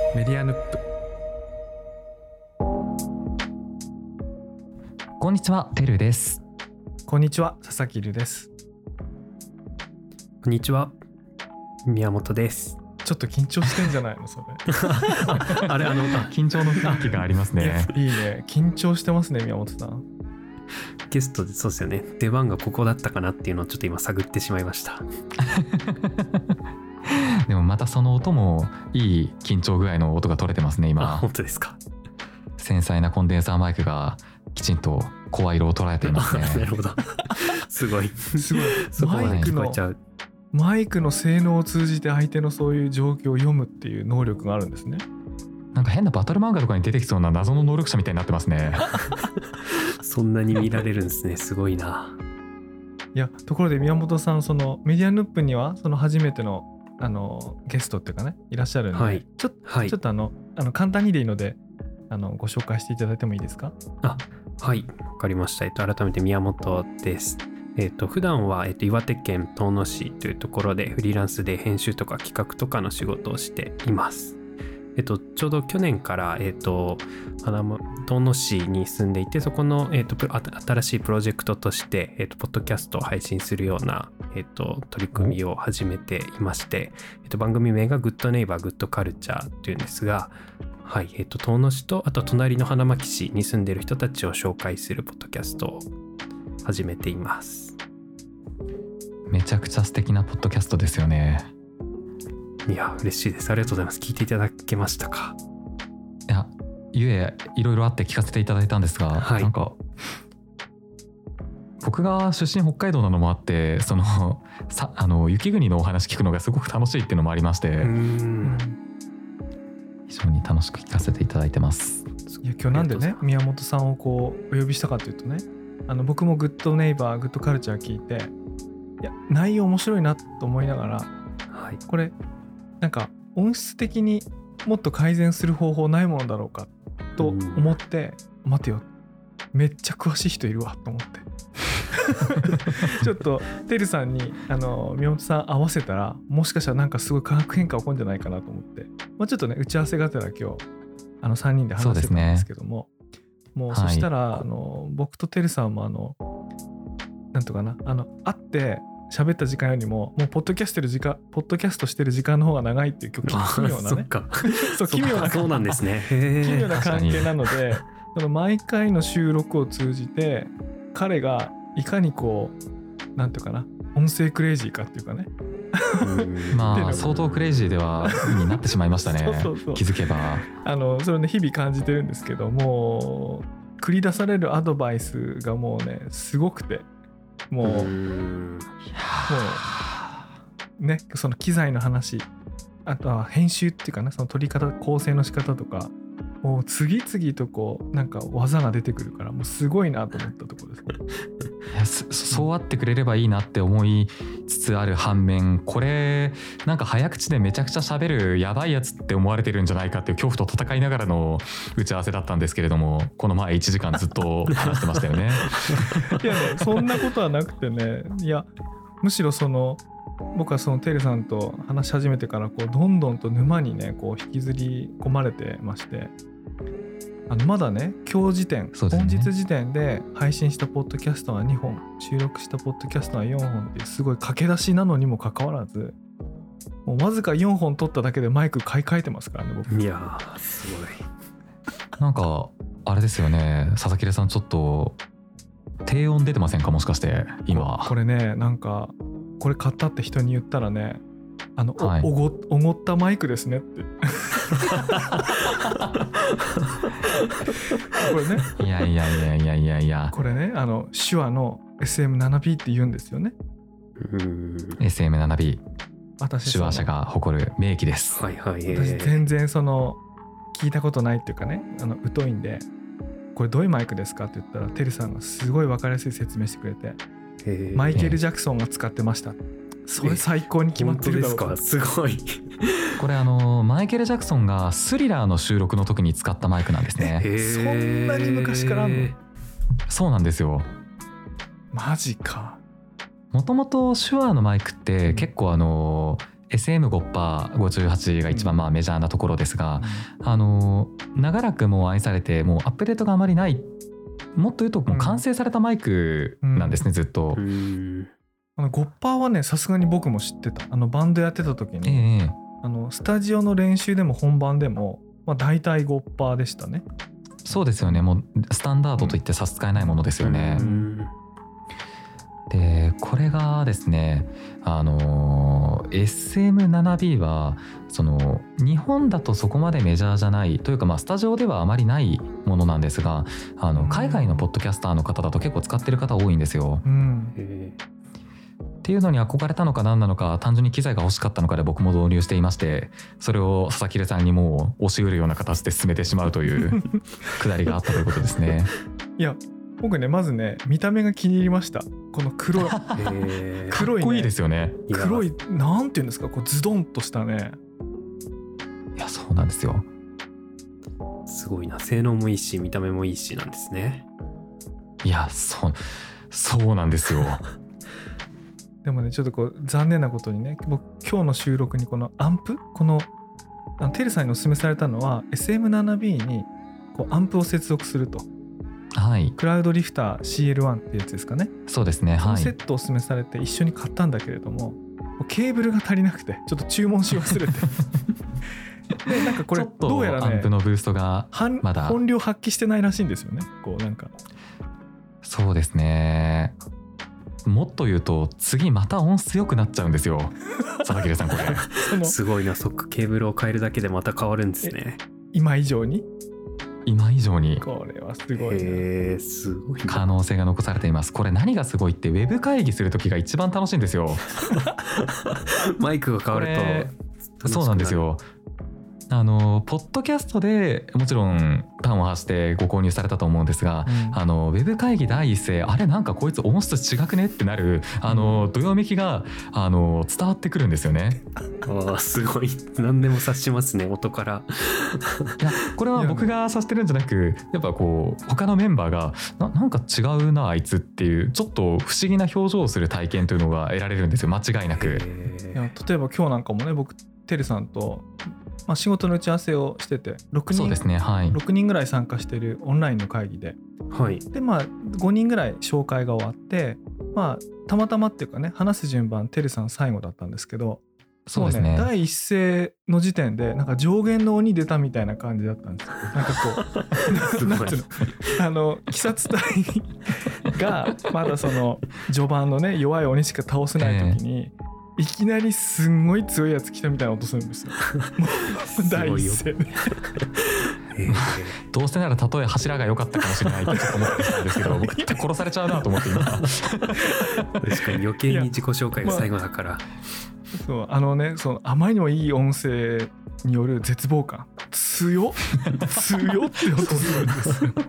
メディアヌップ。 こんにちは、てるです。 こんにちは、佐々木るです。 こんにちは、宮本です。 ちょっと緊張してんじゃないのそれあれ緊張の雰囲気がありますね。 いいね、緊張してますね宮本さん。 ゲストでそうですよね、出番がここだったかなっていうのをちょっと今探ってしまいましたでもまたその音もいい緊張具合の音が取れてますね今。 本当ですか。 繊細なコンデンサーマイクがきちんと声色を捉えていますね。 なるほどすごいそこまで聞こえちゃう。 マイクの性能を通じて相手のそういう状況を読むっていう能力があるんですね。 なんか変なバトル漫画とかに出てきそうな謎の能力者みたいになってますねそんなに見られるんですね。すごいな。 いや、ところで宮本さん、そのメディアヌップにはその初めてのゲストっていうかね、いらっしゃるんで、 はい、 ちょっと簡単にでいいのでご紹介していただいてもいいですか？ はい、わかりました。改めて宮本です。普段は、岩手県遠野市というところでフリーランスで編集とか企画とかの仕事をしています。ちょうど去年から遠野市に住んでいて、そこの、新しいプロジェクトとして、ポッドキャストを配信するような、取り組みを始めていまして、番組名がグッドネイバーグッドカルチャーというんですが、はい、遠野市とあと隣の花巻市に住んでいる人たちを紹介するポッドキャストを始めています。 めちゃくちゃ素敵なポッドキャストですよね。 いや、嬉しいです。ありがとうございます。聞いていただけましたか？ いろいろあって聞かせていただいたんですが、 はい、 なんか僕が出身北海道なのもあって、その雪国のお話聞くのがすごく楽しいっていうのもありまして、非常に楽しく聞かせていただいてます。 いや、今日なんでね宮本さんをこうお呼びしたかというとね、僕もグッドネイバーグッドカルチャー聞いて、いや内容面白いなと思いながら、 はい、 これなんか音質的にもっと改善する方法ないものだろうかと思って、待てよ、めっちゃ詳しい人いるわと思ってちょっとてるさんに宮本さん合わせたら、もしかしたらなんかすごい化学変化起こるんじゃないかなと思って、ちょっとね打ち合わせがてら今日3人で話してたんですけども、もうそしたら、僕とてるさんもなんとかな会って喋った時間よりももうポッドキャストしてる時間の方が長いっていう奇妙なね奇妙なそうなんですね。 奇妙な関係なので、その毎回の収録を通じて彼がいかにこうなんていうかな、音声クレイジーかっていうかね相当クレイジーではになってしまいましたねそう気づけばそれね日々感じてるんですけども、繰り出されるアドバイスがもうねすごくて、もうね、その機材の話、あとは編集っていうかね、その撮り方構成の仕方とか、もう次々とこうなんか技が出てくるから、もうすごいなと思ったところですいやそうあってくれればいいなって思いつつある反面、これなんか早口でめちゃくちゃ喋るやばいやつって思われてるんじゃないかっていう恐怖と戦いながらの打ち合わせだったんですけれども、この前1時間ずっと話してましたよねいやね、そんなことはなくてね、いやむしろ僕はそのてるさんと話し始めてからこうどんどんと沼にねこう引きずり込まれてまして、まだね今日時点、本日時点で配信したポッドキャストは2本、収録したポッドキャストは4本っていうすごい駆け出しなのにもかかわらず、もうわずか4本撮っただけでマイク買い替えてますからね僕。 いやすごい。 なんかあれですよね、佐々木さんちょっと低音出てませんか、もしかして今。 これね、なんかこれ買ったって人に言ったらね、おごったマイクですねってこれね、 いやこれね手話の SM7B って言うんですよね。 SM7B、 私手話者が誇る名機です。 はいはい、 私全然聞いたことないっていうかね、疎いんで、これどういうマイクですかって言ったら、てるさんがすごい分かりやすい説明してくれて、マイケル・ジャクソンが使ってました。それ最高に決まってるだろう。 本当ですか？すごいこれマイケル・ジャクソンがスリラーの収録の時に使ったマイクなんですね。 そんなに昔からあんの？ そうなんですよ。 マジか。 もともと手話のマイクって結構 SM5%58 が一番まあメジャーなところですが、長らくもう愛されて、もうアップデートがあまりない、もっと言うともう完成されたマイクなんですね、ずっと。 5% はね、さすがに僕も知ってた。バンドやってた時に、スタジオの練習でも本番でも、まあ、大体 5% でしたね。 そうですよね。もうスタンダードといって差し支えないものですよね。でこれがですね、SM7B はその日本だとそこまでメジャーじゃないというか、まあスタジオではあまりないものなんですが、海外のポッドキャスターの方だと結構使ってる方多いんですよ。っていうのに憧れたのか何なのか、単純に機材が欲しかったのかで僕も導入していまして、それを佐々木さんにもう押し売るような形で進めてしまうというくだりがあったということですね。 いや僕ね、まずね、見た目が気に入りました。この黒い黒い、ね、 かっこいいですよね。 黒い、なんていうんですか、こうズドンとしたね。 いやそうなんですよ。 すごいな、性能もいいし見た目もいいしなんですね。 いやそうなんですよ。 でもね、ちょっとこう残念なことにね、僕今日の収録にこのアンプ、このテルさんにお勧めされたのは SM7B にこうアンプを接続すると。 はい、 クラウドリフター CL1 ってやつですかね。 そうですね。 そのセットをお勧めされて一緒に買ったんだけれども、ケーブルが足りなくてちょっと注文し忘れてでなんかこれどうやらね、 アンプのブーストがまだ本領発揮してないらしいんですよね。こうなんかそうですね。もっと言うと次また音質良くなっちゃうんですよ。佐々木さんこれすごいな。そっか、ケーブルを変えるだけでまた変わるんですね。 今以上にこれはすごい、 すごい可能性が残されています。これ何がすごいって、ウェブ会議する時が一番楽しいんですよ。 マイクが変わるとそうなんですよ。ポッドキャストでもちろん端を発してご購入されたと思うんですが、ウェブ会議第一声、あれなんかこいつ音質違くねってなるどよめきが伝わってくるんですよね。 すごい、何でも察しますね、音から。 いやこれは僕が察してるんじゃなく、やっぱこう他のメンバーがなんか違うなあいつっていう、ちょっと不思議な表情をする体験というのが得られるんですよ、間違いなく。 いや例えば今日なんかもね、僕テルさんと仕事の打ち合わせをしてて6人ぐらい参加しているオンラインの会議で、で5人ぐらい紹介が終わって、たまたまっていうかね、話す順番テルさん最後だったんですけど、 そうですね、 第一声の時点でなんか上限の鬼出たみたいな感じだったんですよ。なんかこうなんていうの、鬼殺隊がまだその序盤のね弱い鬼しか倒せない時に、いきなりすんごい強いやつ来たみたいな音するんですよ。第一声で。 どうせならたとえ柱が良かったかもしれないってちょっと思ってたんですけど、僕殺されちゃうなと思って今。確かに余計に自己紹介が最後だから。 そうそのあまりにもいい音声による絶望感、強って音するんですよ。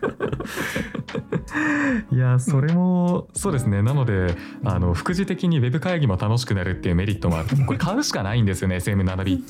いやそれもそうですね。なので副次的にウェブ会議も楽しくなるっていうメリットもあって、これ買うしかないんですよね。 SM7B って。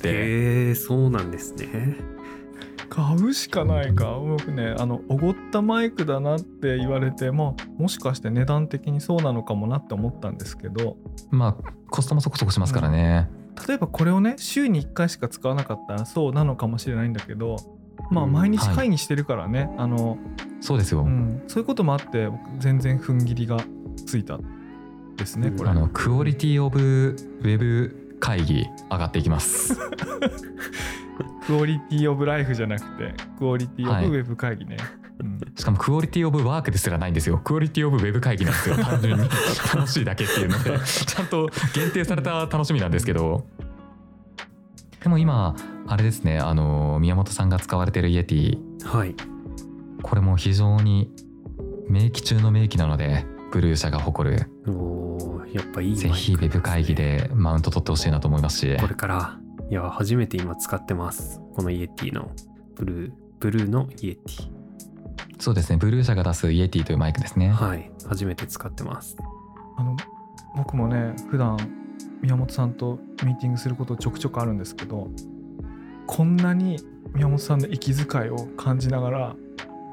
そうなんですね。 買うしかないか。僕ねおごったマイクだなって言われて、もしかして値段的にそうなのかもなって思ったんですけど、 コストもそこそこしますからね。 例えばこれをね週に1回しか使わなかったらそうなのかもしれないんだけど、毎日会議してるからね、 そうですよ、 そういうこともあって僕全然踏ん切りがついたですね。これクオリティオブウェブ会議上がっていきます。 クオリティオブライフじゃなくてクオリティオブウェブ会議ね、 しかもクオリティオブワークですらないんですよ。クオリティオブウェブ会議なんですよ。単純に楽しいだけっていうのでちゃんと限定された楽しみなんですけど、でも今あれですね、宮本さんが使われているイエティ、これも非常に名機中の名機なので、ブルー社が誇る、 やっぱいい、 ぜひウェブ会議でマウント取ってほしいなと思いますし、 これからいや初めて今使ってます。このイエティのブルーのイエティ。 そうですね、ブルー社が出すイエティというマイクですね。 初めて使ってます。 僕もね普段宮本さんとミーティングすることちょくちょくあるんですけど、こんなに宮本さんの息遣いを感じながら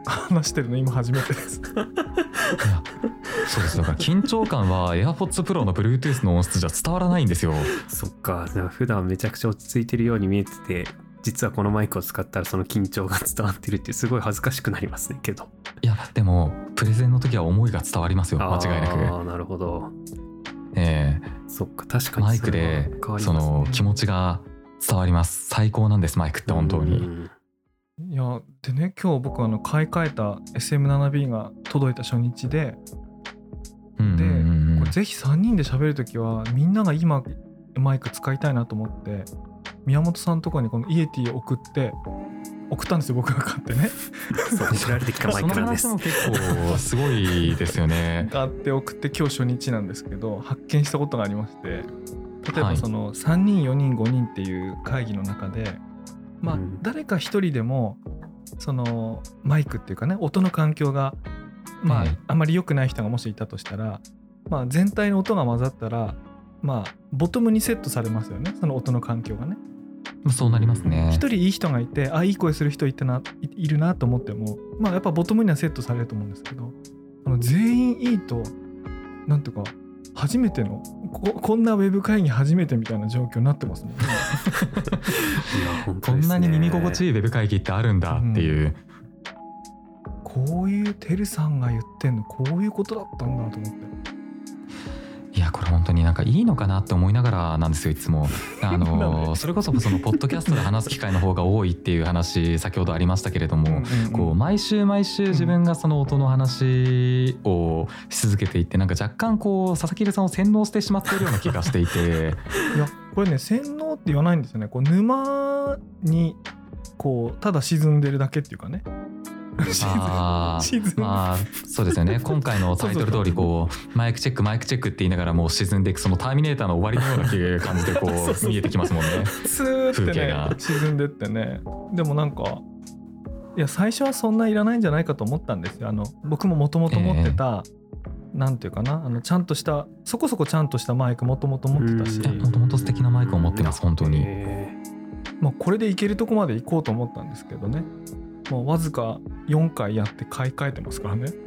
話してるの今初めてですいやそうです。だから緊張感は AirPods Pro の Bluetooth の音質じゃ伝わらないんですよ。 そっか、普段めちゃくちゃ落ち着いてるように見えてて、実はこのマイクを使ったらその緊張が伝わってるってすごい恥ずかしくなりますねけど。 いやでもプレゼンの時は思いが伝わりますよ、間違いなく。 ああ、なるほど。 そっか、確かにマイクでその気持ちが伝わります。最高なんですマイクって本当に。 いやでね、今日僕買い替えた SM7B が届いた初日で、これぜひ3人で喋るときはみんなが今マイク使いたいなと思って宮本さんとかにこのイエティを送ったんですよ、僕が買ってね。 そう知られてきたマイクなんです。 その話も結構すごいですよね。 買って送って今日初日なんですけど、発見したことがありまして、例えばその3人4人5人っていう会議の中で、誰か一人でもそのマイクっていうかね、音の環境があんまり良くない人がもしいたとしたら、全体の音が混ざったらボトムにセットされますよね、その音の環境がね。 そうなりますね。 一人いい人がいて、いい声する人いるなと思っても、やっぱボトムにはセットされると思うんですけど、全員いいとなんていうか初めての こんなウェブ会議初めてみたいな状況になってますもんね。 こんなに耳心地いいウェブ会議ってあるんだっていう、 こういうてるさんが言ってんのこういうことだったんだと思って、 いやこれ本当になんかいいのかなって思いながらなんですよいつも。それこそそのポッドキャストで話す機会の方が多いっていう話先ほどありましたけれども、こう毎週自分がその音の話をし続けていて、なんか若干こう佐々木さんを洗脳してしまっているような気がしていて。 いやこれね、洗脳って言わないんですよね。こう沼にこうただ沈んでるだけっていうかね。そうですよね。今回のタイトル通りこうマイクチェックマイクチェックって言いながらもう沈んでいく、そのターミネーターの終わりのような感じでこう見えてきますもんね。 スーってね沈んでってね。でもなんかいや最初はそんないらないんじゃないかと思ったんですよ。僕ももともと持ってた、なんていうかな、ちゃんとしたそこそこちゃんとしたマイクもともと持ってたし、 もともと素敵なマイクを持ってます本当に。 これでいけるとこまで行こうと思ったんですけどね、もうわずか4回やって買い替えてますからね。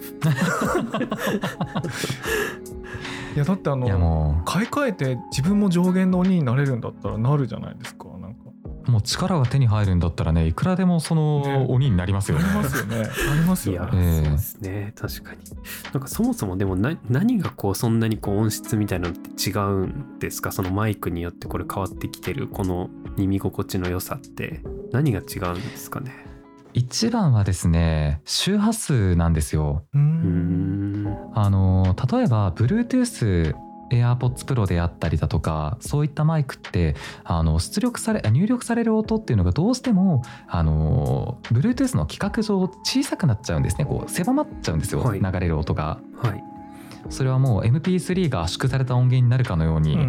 いやだって買い替えて自分も上限の鬼になれるんだったらなるじゃないですか。なんかもう力が手に入るんだったらね、いくらでもその鬼になりますよね。 ありますよね。ありますよね。 そうですね、確かに。なんかそもそもでも何がこうそんなにこう音質みたいなのって違うんですか？そのマイクによってこれ変わってきてるこの耳心地の良さって何が違うんですかね？ 一番はですね、周波数なんですよ。例えば Bluetooth AirPods Pro であったりだとか、そういったマイクって入力される音っていうのがどうしてもBluetooth の規格上小さくなっちゃうんですね。こう狭まっちゃうんですよ、流れる音が。それはもう MP3 が圧縮された音源になるかのように、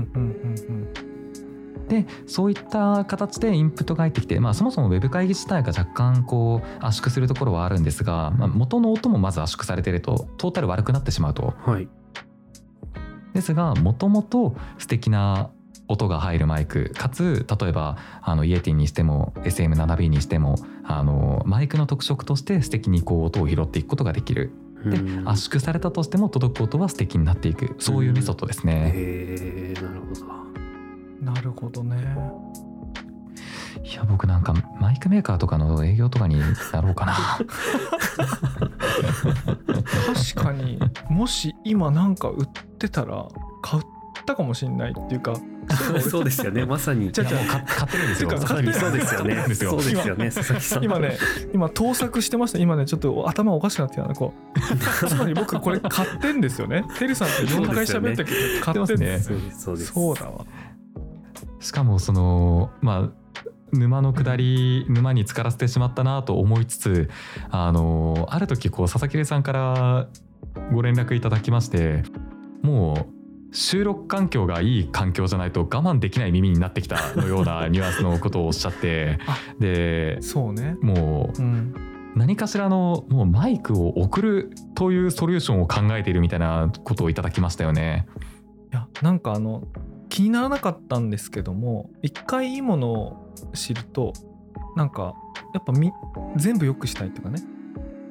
でそういった形でインプットが入ってきて、そもそもウェブ会議自体が若干こう圧縮するところはあるんですが、元の音もまず圧縮されてるとトータル悪くなってしまうと。ですがもともと素敵な音が入るマイクかつ、例えばイエティにしても SM7B にしてもマイクの特色として素敵にこう音を拾っていくことができる。で圧縮されたとしても届く音は素敵になっていく、そういうメソッドですね。 なるほどね。 いや僕なんかマイクメーカーとかの営業とかになろうかな。 確かにもし今なんか売ってたら買ったかもしれないっていうか。 そうですよね、まさに。 買ってるんですよ。 まさにそうですよね。そうですよね、佐々木さん。 今盗作してました。今ねちょっと頭おかしくなってきたな。つまり僕これ買ってんですよね。テルさんって4回喋ったけど買ってんね。そうだわ。 しかもその沼の下り、沼に浸からせてしまったなと思いつつ、ある時こう佐々木さんからご連絡いただきまして、もう収録環境がいい環境じゃないと我慢できない耳になってきたのようなニュアンスのことをおっしゃってで、 そうね、 もう、何かしらのもうマイクを送るというソリューションを考えているみたいなことをいただきましたよね。 いやなんか気にならなかったんですけども、一回いいものを知るとなんかやっぱ全部良くしたいっていうかね、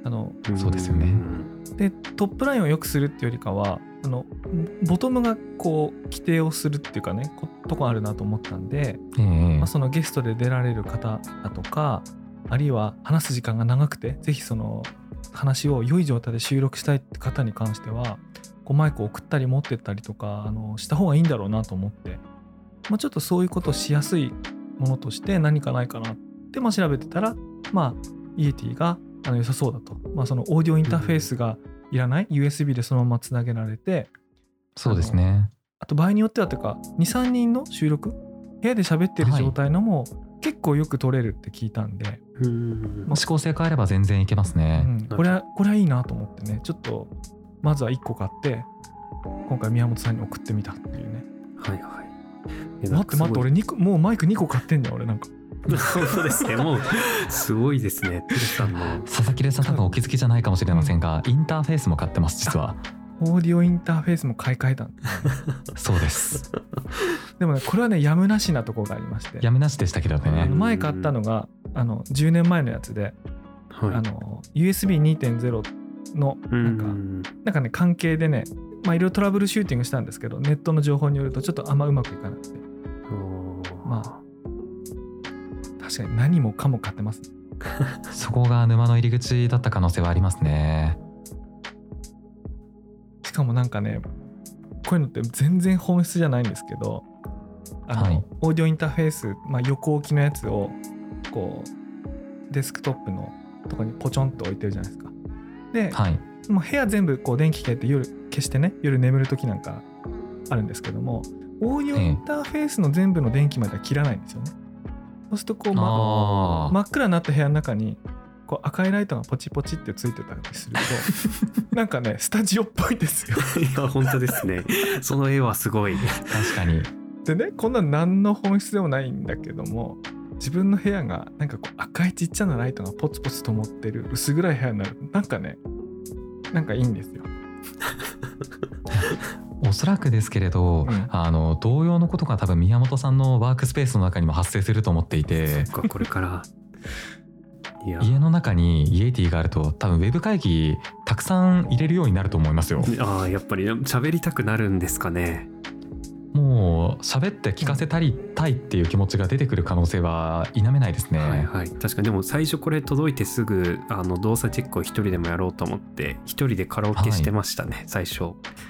そうですよね。 でトップラインを良くするっていうよりかはボトムがこう規定をするっていうかねとこあるなと思ったんで、そのゲストで出られる方だとか、あるいは話す時間が長くてぜひその話を良い状態で収録したいって方に関してはこうマイクを送ったり持ってったりとかした方がいいんだろうなと思って、ちょっとそういうことをしやすいものとして何かないかなって調べてたら、イエティが良さそうだと、そのオーディオインターフェースがいらない USB でそのままつなげられて、 そうですね。 あと場合によってはというか 2,3 人の収録部屋で喋ってる状態のも結構よく撮れるって聞いたんで、 指向性変えれば全然いけますね。 これはいいなと思ってね、ちょっとまずは1個買って今回宮本さんに送ってみたっていうね。 はいはい。 待って俺もうマイク2個買ってんねん俺なんか。 そうですね、もうすごいですね。てるさんの佐々木玲さん多分お気づきじゃないかもしれませんが、インターフェースも買ってます実は。 オーディオインターフェースも買い替えたんそうです。 でもねこれはねやむなしなところがありまして、 やむなしでしたけどね。 前買ったのが10年前のやつで、USB2.0 のなんかね関係でね、いろいろトラブルシューティングしたんですけど、ネットの情報によるとちょっとあんまうまくいかなくて、確かに何もかも買ってますね。 そこが沼の入り口だった可能性はありますね。 しかもなんかねこういうのって全然本質じゃないんですけど、オーディオインターフェース、横置きのやつをこうデスクトップのとこにポチョンと置いてるじゃないですか。で、もう部屋全部こう電気消してね夜眠る時なんかあるんですけども、オーディオインターフェースの全部の電気までは切らないんですよね。そうするとこう、真っ暗になった部屋の中にこう赤いライトがポチポチってついてたりするとなんかねスタジオっぽいですよ。 いや本当ですね。その絵はすごい。 確かに。 でねこんな何の本質でもないんだけども、自分の部屋がなんかこう赤いちっちゃなライトがポツポツ灯ってる薄暗い部屋になるとなんかいいんですよ。 おそらくですけれど、同様のことが多分宮本さんのワークスペースの中にも発生すると思っていて、 そっかこれから家の中にイエティがあると多分ウェブ会議たくさん入れるようになると思いますよ。 やっぱり喋りたくなるんですかね。 もう喋って聞かせたいっていう気持ちが出てくる可能性は否めないですね。 確かに。でも最初これ届いてすぐ動作チェックを一人でもやろうと思って一人でカラオケしてましたね、最初。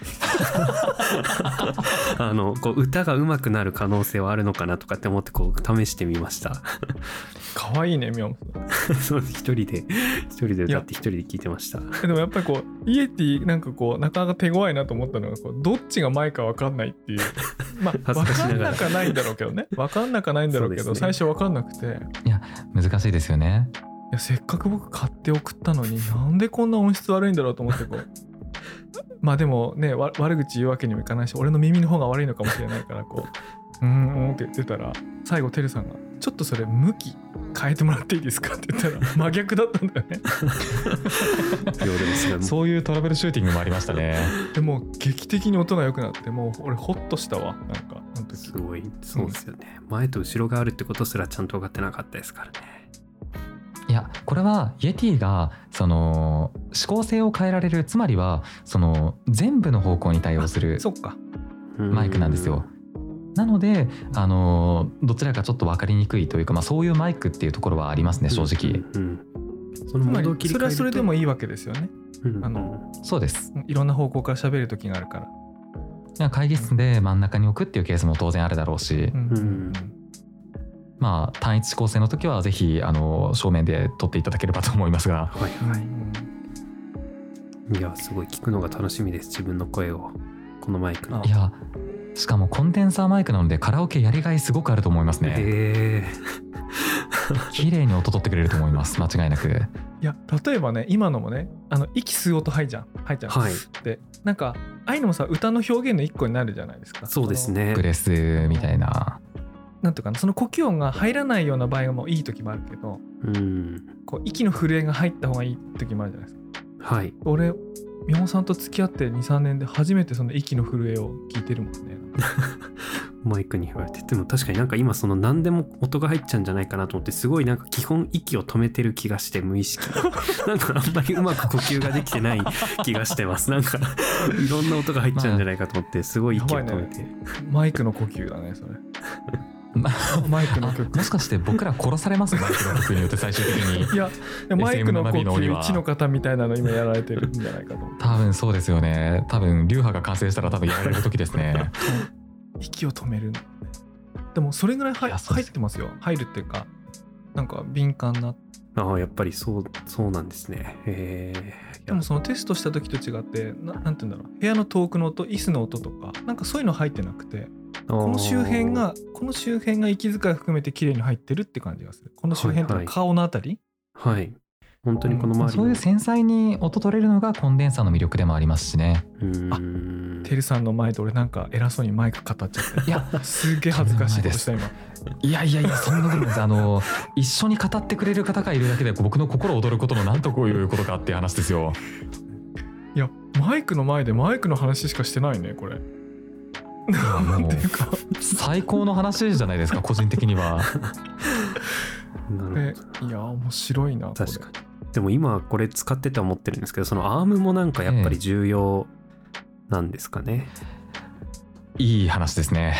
こう歌が上手くなる可能性はあるのかなとかって思ってこう試してみました。 かわいいねみょそう一人で歌って一人で聴いてました。 でもやっぱりこうイエティなんかこうなかなか手強いなと思ったのがどっちが前か分かんないっていう。分かんなかないんだろうけどね。分かんなかないんだろうけど、最初分かんなくて。 いや難しいですよね。 いやせっかく僕買って送ったのになんでこんな音質悪いんだろうと思ってこうでもね悪口言うわけにもいかないし、俺の耳の方が悪いのかもしれないからこうって言ってたら、最後てるさんがちょっとそれ向き変えてもらっていいですかって言ったら真逆だったんだよね。 そういうトラブルシューティングもありましたね。 でも劇的に音が良くなって、もう俺ホッとしたわ。なんかあの時すごい。そうですよね、前と後ろがあるってことすらちゃんと分かってなかったですからね。 いやこれはイエティがその指向性を変えられる、つまりはその全部の方向に対応するマイクなんですよ。なのでどちらかちょっと分かりにくいというか、そういうマイクっていうところはありますね、正直。 そのモードを切り替えるとそれはそれでもいいわけですよね。 そうです。 いろんな方向から喋る時があるから、 会議室で真ん中に置くっていうケースも当然あるだろうし、単一指向性の時はぜひ正面で撮っていただければと思いますが。 いやすごい聞くのが楽しみです、自分の声をこのマイクの。 いやしかもコンデンサーマイクなのでカラオケやりがいすごくあると思いますね。綺麗に音取ってくれると思います、間違いなく。 いや例えばね、今のもね息吸う音入っちゃうで、なんかああいうのもさ歌の表現の一個になるじゃないですか。 そうですね、 ブレスみたいな、 なんていうかな、その呼吸音が入らないような場合もいい時もあるけど、こう息の震えが入った方がいい時もあるじゃないですか。俺宮本さんと付き合って 2,3 年で初めてその息の震えを聞いてるもんね。 マイクに言われて。でも確かになんか今その何でも音が入っちゃうんじゃないかなと思って、すごいなんか基本息を止めてる気がして、無意識になんかあんまりうまく呼吸ができてない気がしてます。なんかいろんな音が入っちゃうんじゃないかと思ってすごい息を止めて、 マイクの呼吸だねそれマイクの曲もしかして僕ら殺されますマイクの曲によって最終的に。 いやマイクの呼 SM7B の鬼吸は 1の方みたいなの今やられてるんじゃないかと思って多分そうですよね。多分流派が完成したら多分やられる時ですね。 息を止める。でもそれぐらい入ってますよ。入るっていうかなんか敏感な。 ああやっぱりそうなんですね。 でもそのテストした時と違ってなんて言うんだろう、部屋の遠くの音、椅子の音とかなんかそういうの入ってなくて、この周辺が息遣い含めて綺麗に入ってるって感じがする。この周辺とか顔のあたり、 はい、本当にこの周りの、 そういう繊細に音取れるのがコンデンサーの魅力でもありますしね。 てるさんの前で俺なんか偉そうにマイク語っちゃって、いやすげえ恥ずかしいことした今。 いやそんなことです。一緒に語ってくれる方がいるだけで僕の心躍ることのなんとこういうことかっていう話ですよ。 いやマイクの前でマイクの話しかしてないねこれ。 もう最高の話じゃないですか個人的には。 いや面白いな。 確かに。でも今これ使ってて思ってるんですけど、そのアームもなんかやっぱり重要なんですかね。 いい話ですね。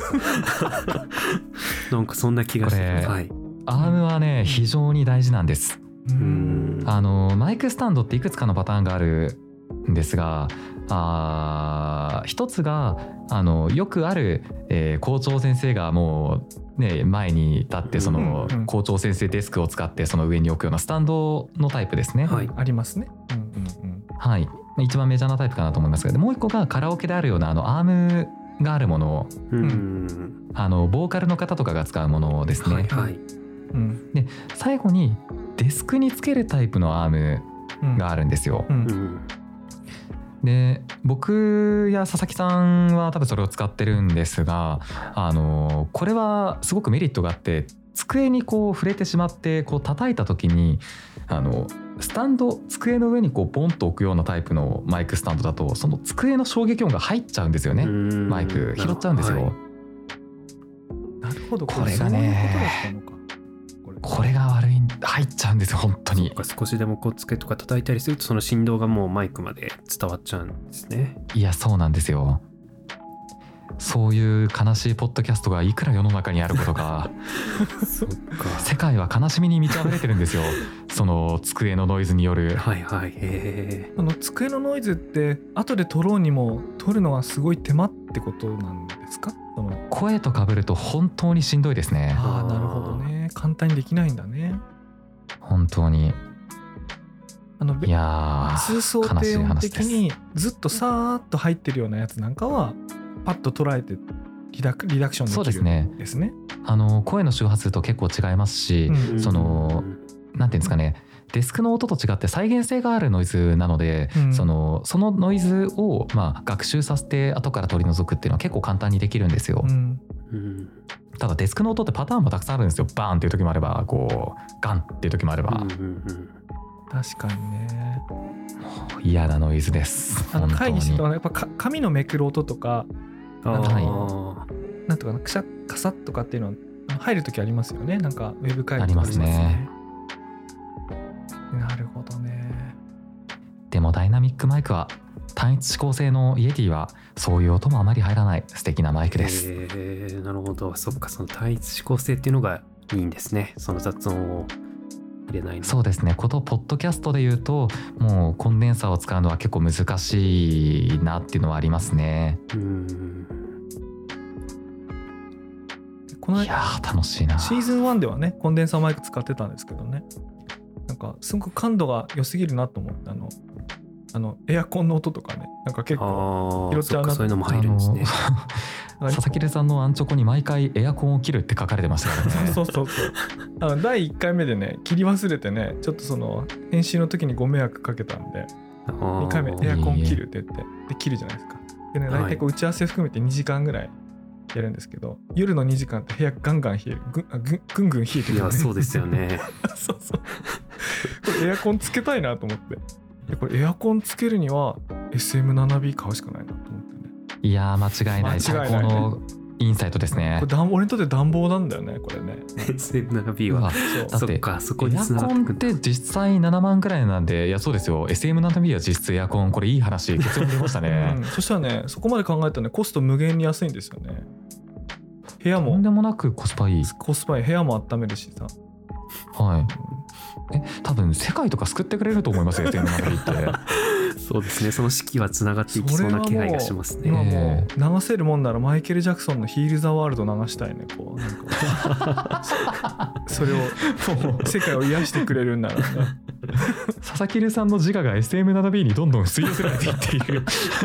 なんかそんな気がしてます。はい、 アームはね非常に大事なんです。マイクスタンドっていくつかのパターンがあるんですが、一つがよくある、校長先生がもうね前に立ってその校長先生デスクを使ってその上に置くようなスタンドのタイプですね。 はい、ありますね。 はい、一番メジャーなタイプかなと思いますが、もう一個がカラオケであるようなアームがあるもの、ボーカルの方とかが使うものですね。で最後にデスクにつけるタイプのアームがあるんですよ。で僕や佐々木さんは多分それを使ってるんですが、これはすごくメリットがあって、机にこう触れてしまってこう叩いた時にスタンド机の上にこうボンと置くようなタイプのマイクスタンドだとその机の衝撃音が入っちゃうんですよね。マイク拾っちゃうんですよ。 なるほど。 これがねこれが悪い、入っちゃうんですよ本当に。 少しでもこう机とか叩いたりするとその振動がもうマイクまで伝わっちゃうんですね。 いやそうなんですよ。そういう悲しいポッドキャストがいくら世の中にあることか。 そっか。 世界は悲しみに満ち溢れてるんですよ。その机のノイズによる。 はいはい。 机のノイズって後で撮ろうにも撮るのはすごい手間ってことなんですか？ 声と被ると本当にしんどいですね。 なるほどね。簡単にできないんだね。 本当に。いや通奏低音的にずっとさーっと入ってるようなやつなんかはパッと捉えてリダクションできる。 そうですね。声の周波数と結構違いますし、そのなんていうんですかね、デスクの音と違って再現性があるノイズなので、そのノイズを学習させて後から取り除くっていうのは結構簡単にできるんですよ。ただデスクの音ってパターンもたくさんあるんですよ。バーンっていう時もあればこうガンっていう時もあれば。 確かにね。 嫌なノイズです。 会議してたらやっぱ紙のめくる音とかなんとかカサッとかっていうのは入る時ありますよね。なんかウェブ会議とかありますね。なるほどね。 でもダイナミックマイクは単一指向性のイエティはそういう音もあまり入らない素敵なマイクです。 なるほど。そっか、その単一指向性っていうのがいいんですね。その雑音を入れないの。 そうですね。ポッドキャストで言うともうコンデンサーを使うのは結構難しいなっていうのはありますね。いや楽しいな。 シーズン1ではねコンデンサーマイク使ってたんですけどね、なんかすごく感度が良すぎるなと思って、エアコンの音とかね、なんか結構拾っちゃうな。 そういうのも入るんですね。 佐々木さんのアンチョコに毎回エアコンを切るって書かれてましたからね。 そう第1回目でね切り忘れてね、ちょっとその編集の時にご迷惑かけたんで2回目エアコン切るって言ってで切るじゃないですか。でね、大体こう打ち合わせ含めて2時間ぐらいやるんですけど、夜の2時間って部屋ガンガン冷える、ぐんぐん冷えてくる、ね。いやそうですよね。 そうこれエアコンつけたいなと思って、でこれエアコンつけるには SM7B 買うしかないなと思ってね。 いや間違いない。最高のインサイトですね。 これ俺にとって暖房なんだよねこれね。 SM7B はそうだってそっか、そこにエア繋がってくんだ。 コンって実際7万くらいなんで、いやそうですよ、 SM7B は実質エアコン、これいい話、結論出ましたね、 そしたらねそこまで考えたらねコスト無限に安いんですよね。部屋とんもでもなくコスパいい。 コスパいい、部屋も温めるしさ。 はい。多分世界とか救ってくれると思いますよ SM7B って。 そうですね、その式はつながっていきそうな気配がしますね。 今もう流せるもんならマイケル・ジャクソンのヒール・ザ・ワールド流したいね。こうなんかそれを世界を癒してくれるんならね。 佐々木留さんの自我が SM7B にどんどん吸い寄せられていっている。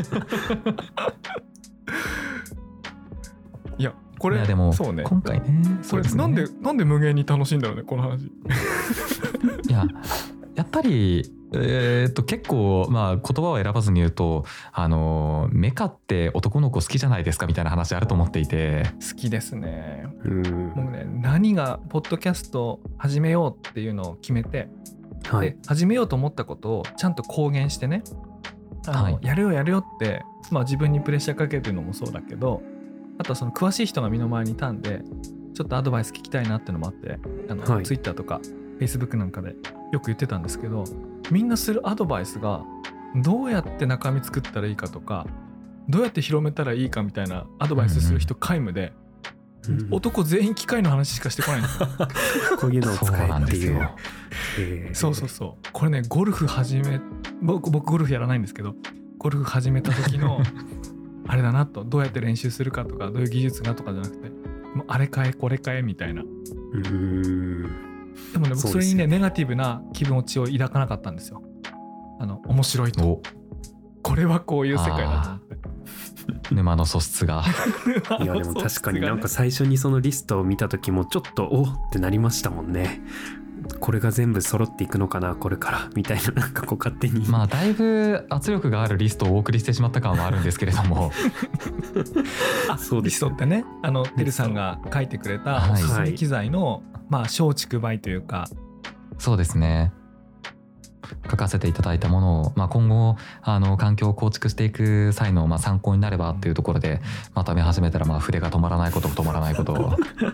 いやこれいやでもそうね、 今回ね、 これなんで無限に楽しいんだろうねこの話。 いややっぱり結構まあ言葉を選ばずに言うとメカって男の子好きじゃないですかみたいな話あると思っていて。 好きですね。 うんもうね何がポッドキャスト始めようっていうのを決めて、 はいで始めようと思ったことをちゃんと公言してね、 はいやるよって、まあ、自分にプレッシャーかけてるのもそうだけど、あとはその詳しい人が身の回りにいたんでちょっとアドバイス聞きたいなってのもあってはい Twitter とか Facebook なんかでよく言ってたんですけど、みんなするアドバイスがどうやって中身作ったらいいかとかどうやって広めたらいいかみたいなアドバイスする人皆無で、 うん男全員機械の話しかしてこないんですよ。 こういうのを使そうなんえっていうですよ。 そうそうそう。これねゴルフ僕ゴルフやらないんですけど、ゴルフ始めた時のあれだなと、どうやって練習するかとかどういう技術がとかじゃなくて、もうあれ変えこれ変えみたいな。 うんでもね僕そうですよそれにねネガティブな気持ちを抱かなかったんですよ。面白いと、 おこれはこういう世界だと思って。 沼の素質が。 いやでも確かになんか最初にそのリストを見た時もちょっとおってなりましたもんね。これが全部揃っていくのかなこれからみたいな、なんかこう勝手にまあだいぶ圧力があるリストをお送りしてしまった感はあるんですけれども。 リスそうですトってねてるさんが書いてくれたおすすめ機材の、まあ松竹梅というか、 そうですね、書かせていただいたものを、まあ、今後環境を構築していく際のまあ参考になればっていうところでまとめ始めたら、まあ筆が止まらないこと止まらないことを。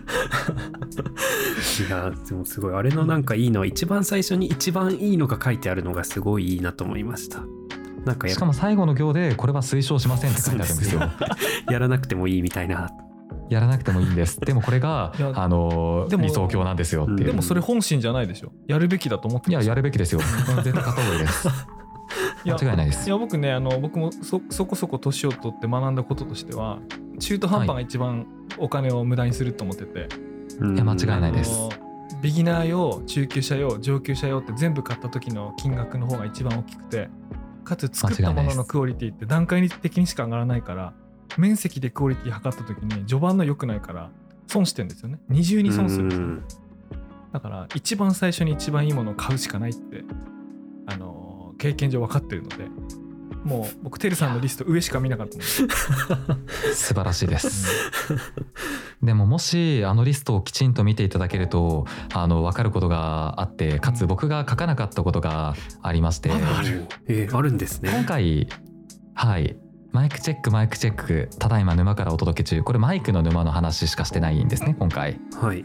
いやでもすごいあれのなんかいいのは一番最初に一番いいのが書いてあるのがすごいいいなと思いました。なんかしかも最後の行でこれは推奨しませんって書いてあるんですよ。 やらなくてもいいみたいな。 やらなくてもいいんです。でもこれがいや理想郷なんですよっていう。 でもそれ本心じゃないでしょ。やるべきだと思っていやます。 やるべきですよ。絶対買った方がいいです。間違いないです。 いや僕ね僕もそこそこ年を取って学んだこととしては、中途半端が一番お金を無駄にすると思ってて、 いや間違いないです。 ビギナー用中級者用上級者用って全部買った時の金額の方が一番大きくて、かつ作ったもののクオリティって段階的にしか上がらないから、面積でクオリティ測った時に序盤の良くないから損してんですよね。二重に損するんですよ。だから一番最初に一番いいものを買うしかないって経験上分かってるので、もう僕テルさんのリスト上しか見なかったので素晴らしいです。でももしリストをきちんと見ていただけると分かることがあって、かつ僕が書かなかったことがありまして、 あるんですね。 今回はいマイクチェックただいま沼からお届け中。これマイクの沼の話しかしてないんですね今回。 はい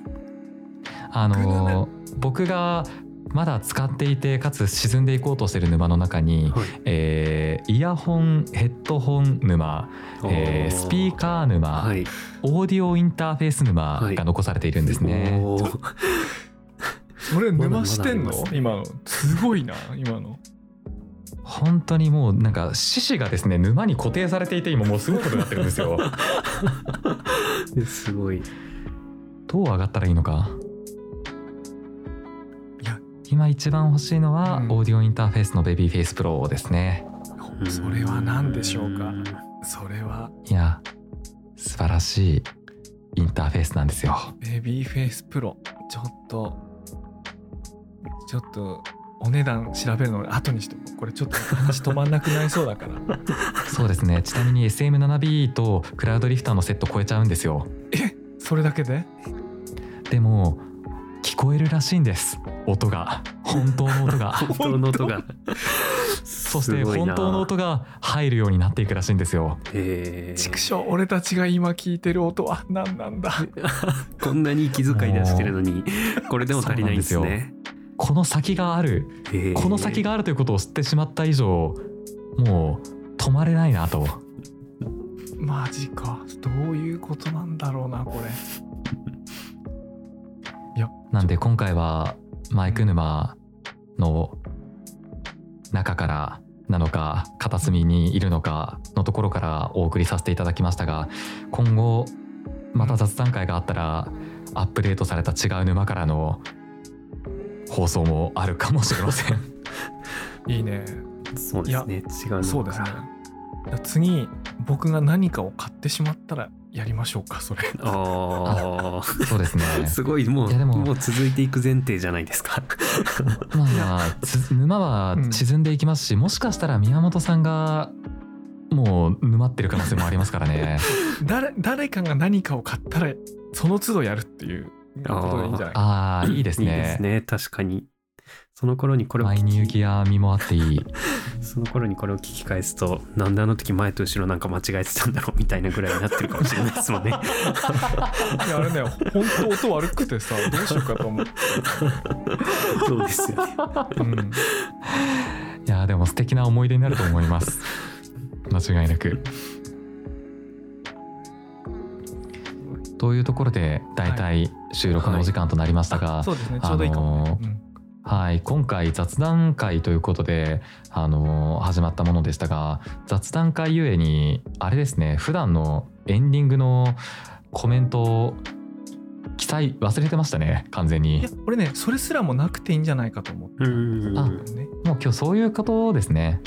僕がまだ使っていてかつ沈んでいこうとしている沼の中に、 はいイヤホンヘッドホン沼、スピーカー沼、 はい、 オーディオインターフェース沼が残されているんですね。 それ沼してんの？ まだ今のすごいな。今の本当にもうなんか獅子がですね沼に固定されていて今もうすごいことになってるんですよ。 すごい。 どう上がったらいいのか。 いや今一番欲しいのは、オーディオインターフェースのベビーフェイスプロですね。 それは何でしょうか。それはいや素晴らしいインターフェースなんですよ。 ベビーフェイスプロちょっとお値段調べるの後にしても、これちょっと話止まんなくなりそうだからそうですね。ちなみに SM7B とクラウドリフターのセット超えちゃうんですよ。 それだけで？ でも聞こえるらしいんです。音が本当の音が本当の音がそして本当の音が入るようになっていくらしいんですよ。 畜生、俺たちが今聞いてる音は何なんだ。 こんなに気遣い出してるのにこれでも足りないんですね。 この先がある、この先があるということを知ってしまった以上、もう止まれないなと。 マジか、どういうことなんだろうなこれ。いや、 なんで今回はマイク沼の中からなのか片隅にいるのかのところからお送りさせていただきましたが、今後また雑談会があったらアップデートされた違う沼からの放送もあるかもしれません。 いいね。 そうですね、違う沼から。 そうですね。次僕が何かを買ってしまったらやりましょうか、それ。 ああ、 そうですね。 すごい、もいやでもう続いていく前提じゃないですか。 まあ沼は沈んでいきますし、もしかしたら宮本さんがもう沼ってる可能性もありますからね。 誰かが何かを買ったらその都度やるっていうことでいいんじゃないか。 ああ、いいですね。 いいですね、確かに。その頃にこれを前に雪や実もあっていい。 その頃にこれを聞き返すと、なんであの時前と後ろなんか間違えてたんだろうみたいなぐらいになってるかもしれないですもんね。 いやあれね、本当音悪くてさ、どうしようかと思って。 そうですよね。 いやでも素敵な思い出になると思います。間違いなく。というところでだいたい収録のお時間となりましたが、 そうですね、ちょうどいいかも。 はい、今回雑談会ということで、始まったものでしたが、雑談会ゆえにあれですね、普段のエンディングのコメントを記載忘れてましたね、完全に。 いや俺ね、それすらもなくていいんじゃないかと思って。 もう今日そういうことですね。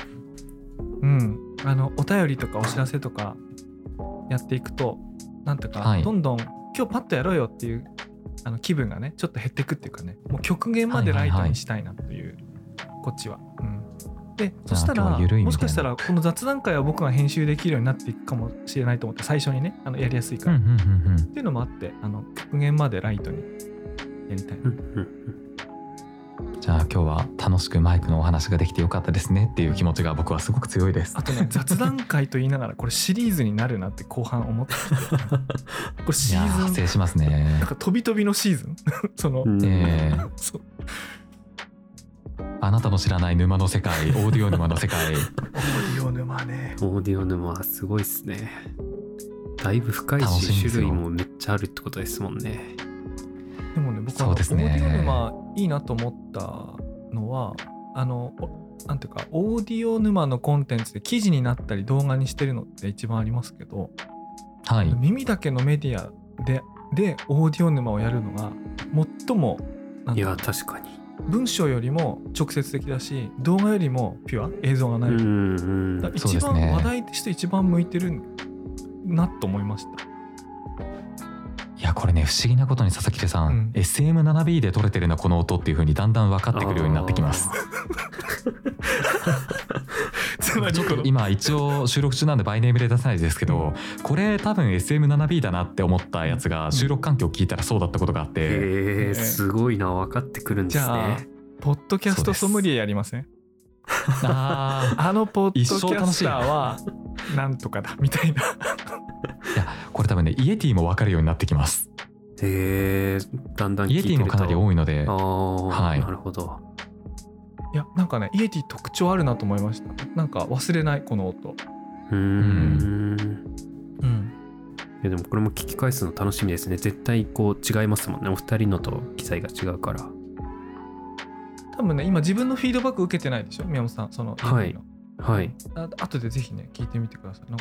お便りとかお知らせとかやっていくと、なんとかどんどん今日パッとやろうよっていう気分がねちょっと減ってくっていうかね、もう極限までライトにしたいなという、こっちは。でそしたらもしかしたらこの雑談会は僕が編集できるようになっていくかもしれないと思って、最初にねやりやすいから、っていうのもあって、極限までライトにやりたい。 じゃあ今日は楽しくマイクのお話ができてよかったですねっていう気持ちが僕はすごく強いです。 あとね、雑談会と言いながらこれシリーズになるなって後半思ってこれシーズン派生しますね。 なんか飛び飛びのシーズンその、 そう、あなたの知らない沼の世界、オーディオ沼の世界。 オーディオ沼ね。 オーディオ沼すごいっすね。だいぶ深いし種類もめっちゃあるってことですもんね。 でもね、僕はオーディオ沼いいなと思ったのは、なんていうか、オーディオ沼のコンテンツで記事になったり動画にしてるのって一番ありますけど、 はい、 耳だけのメディアでオーディオ沼をやるのが最も、 いや確かに文章よりも直接的だし、動画よりもピュア、映像がない。一番話題として一番向いてるなと思いました。 いやこれね、不思議なことに佐々木さん、SM7B で撮れてるなこの音っていう風にだんだん分かってくるようになってきます。ちょっと今一応収録中なんでバイネームで出さないですけど、これ多分 SM7B だなって思ったやつが収録環境を聞いたらそうだったことがあって、 すごいな、分かってくるんですね。 じゃあポッドキャストソムリエやりません？ポッドキャスターはなんとかだみたいな。 いやこれ多分ね、イエティも分かるようになってきます。 だんだんイエティもかなり多いので、 はい、なるほど。 いやなんかね、イエティ特徴あるなと思いました。なんか忘れないこの音。 いやでもこれも聞き返すの楽しみですね。絶対こう違いますもんね、お二人のと記載が違うから。 多分ね、今自分のフィードバック受けてないでしょ、宮本さん。そのはいはい。 後でぜひね聞いてみてください。なんか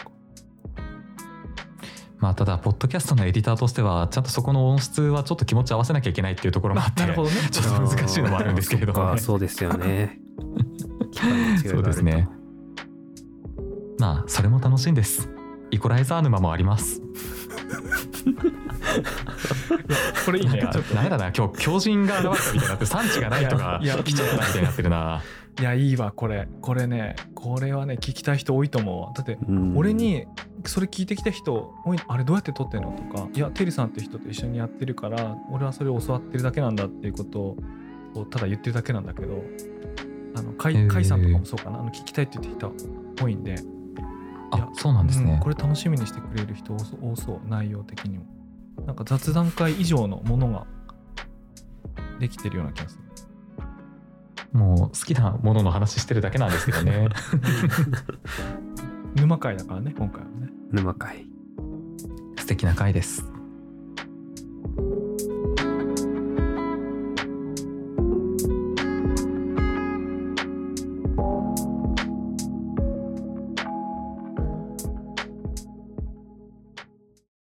まあただポッドキャストのエディターとしてはちゃんとそこの音質はちょっと気持ち合わせなきゃいけないっていうところもあって、 なるほどね、 ちょっと難しいのもあるんですけれども、ね、 そうですよね。 そうですね。まあそれも楽しいんです。イコライザー沼もあります。 これいいね。 ちょっと何だな、今日狂人が現れたみたいになって、産地がない人が来ちゃったみたいになってるな。 いやいいわこれね、これはね聞きたい人多いと思うわ。だって俺にそれ聞いてきた人、あれどうやって撮ってんのとか、いやテリさんって人と一緒にやってるから俺はそれを教わってるだけなんだっていうことをただ言ってるだけなんだけど、 甲斐さんとかもそうかな、聞きたいって言ってきたっぽいんで。いやそうなんですね。 これ楽しみにしてくれる人多そう、内容的にも。なんか雑談会以上のものができてるような気がする。 もう好きなものの話してるだけなんですけどね。 沼会だからね、今回はね。 沼会。 素敵な回です。